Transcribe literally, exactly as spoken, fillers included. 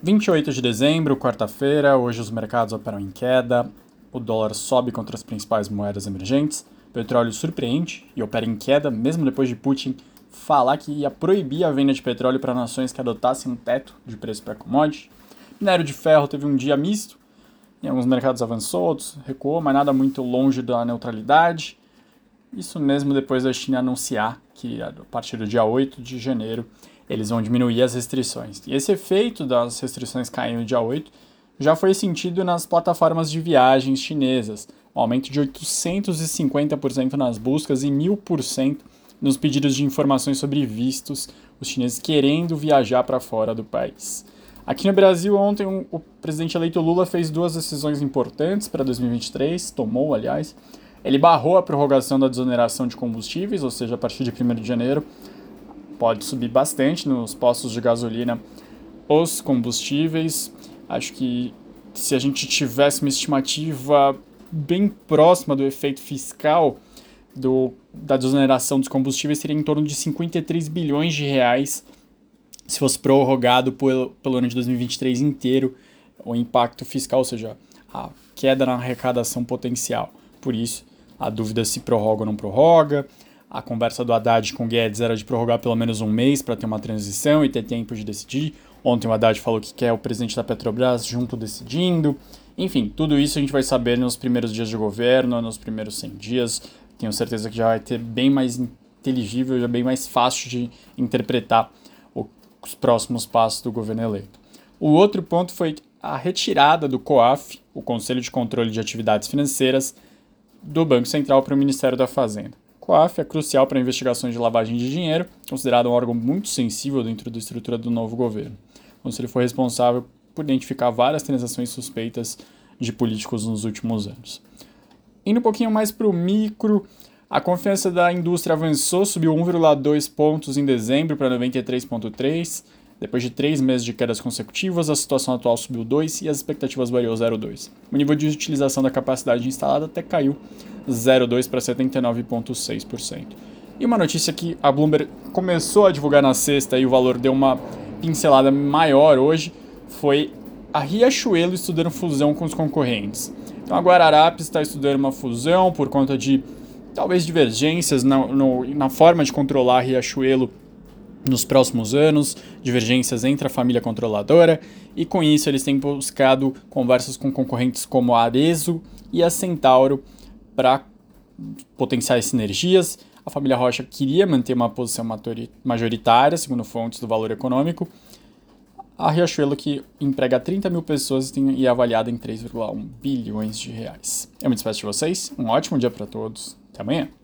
vinte e oito de dezembro, quarta-feira, hoje os mercados operam em queda, o dólar sobe contra as principais moedas emergentes, o petróleo surpreende e opera em queda, mesmo depois de Putin falar que ia proibir a venda de petróleo para nações que adotassem um teto de preço para commodity. Minério de ferro teve um dia misto, em alguns mercados avançou, outros recuou, mas nada muito longe da neutralidade. Isso mesmo depois da China anunciar que a partir do dia oito de janeiro eles vão diminuir as restrições. E esse efeito das restrições caírem no dia oito já foi sentido nas plataformas de viagens chinesas, um aumento de oitocentos e cinquenta por cento nas buscas e mil por cento nos pedidos de informações sobre vistos, os chineses querendo viajar para fora do país. Aqui no Brasil, ontem um, o presidente eleito Lula fez duas decisões importantes para dois mil e vinte e três, tomou, aliás. Ele barrou a prorrogação da desoneração de combustíveis, ou seja, a partir de primeiro de janeiro pode subir bastante nos postos de gasolina os combustíveis. Acho que se a gente tivesse uma estimativa bem próxima do efeito fiscal do, da desoneração dos combustíveis, seria em torno de cinquenta e três bilhões de reais se fosse prorrogado pelo, pelo ano de dois mil e vinte e três inteiro o impacto fiscal, ou seja, a queda na arrecadação potencial. Por isso, a dúvida se prorroga ou não prorroga. A conversa do Haddad com o Guedes era de prorrogar pelo menos um mês para ter uma transição e ter tempo de decidir. Ontem o Haddad falou que quer o presidente da Petrobras junto decidindo. Enfim, tudo isso a gente vai saber nos primeiros dias de governo, nos primeiros cem dias. Tenho certeza que já vai ter bem mais inteligível, já bem mais fácil de interpretar os próximos passos do governo eleito. O outro ponto foi a retirada do COAF, o Conselho de Controle de Atividades Financeiras, do Banco Central para o Ministério da Fazenda. O COAF é crucial para investigações de lavagem de dinheiro, considerado um órgão muito sensível dentro da estrutura do novo governo. O Conselho foi responsável por identificar várias transações suspeitas de políticos nos últimos anos. Indo um pouquinho mais para o micro, a confiança da indústria avançou, subiu um vírgula dois pontos em dezembro para noventa e três vírgula três. Depois de três meses de quedas consecutivas, a situação atual subiu dois e as expectativas variou zero vírgula dois. O nível de utilização da capacidade instalada até caiu zero vírgula dois para setenta e nove vírgula seis por cento. E uma notícia que a Bloomberg começou a divulgar na sexta e o valor deu uma pincelada maior hoje foi a Riachuelo estudando fusão com os concorrentes. Então a Guararapes está estudando uma fusão por conta de talvez divergências na, no, na forma de controlar a Riachuelo nos próximos anos, divergências entre a família controladora, e com isso eles têm buscado conversas com concorrentes como a Arezzo e a Centauro para potenciais sinergias. A família Rocha queria manter uma posição majoritária, segundo fontes do Valor Econômico. A Riachuelo, que emprega trinta mil pessoas e é avaliada em três vírgula um bilhões de reais. Eu me despeço de vocês, um ótimo dia para todos, até amanhã.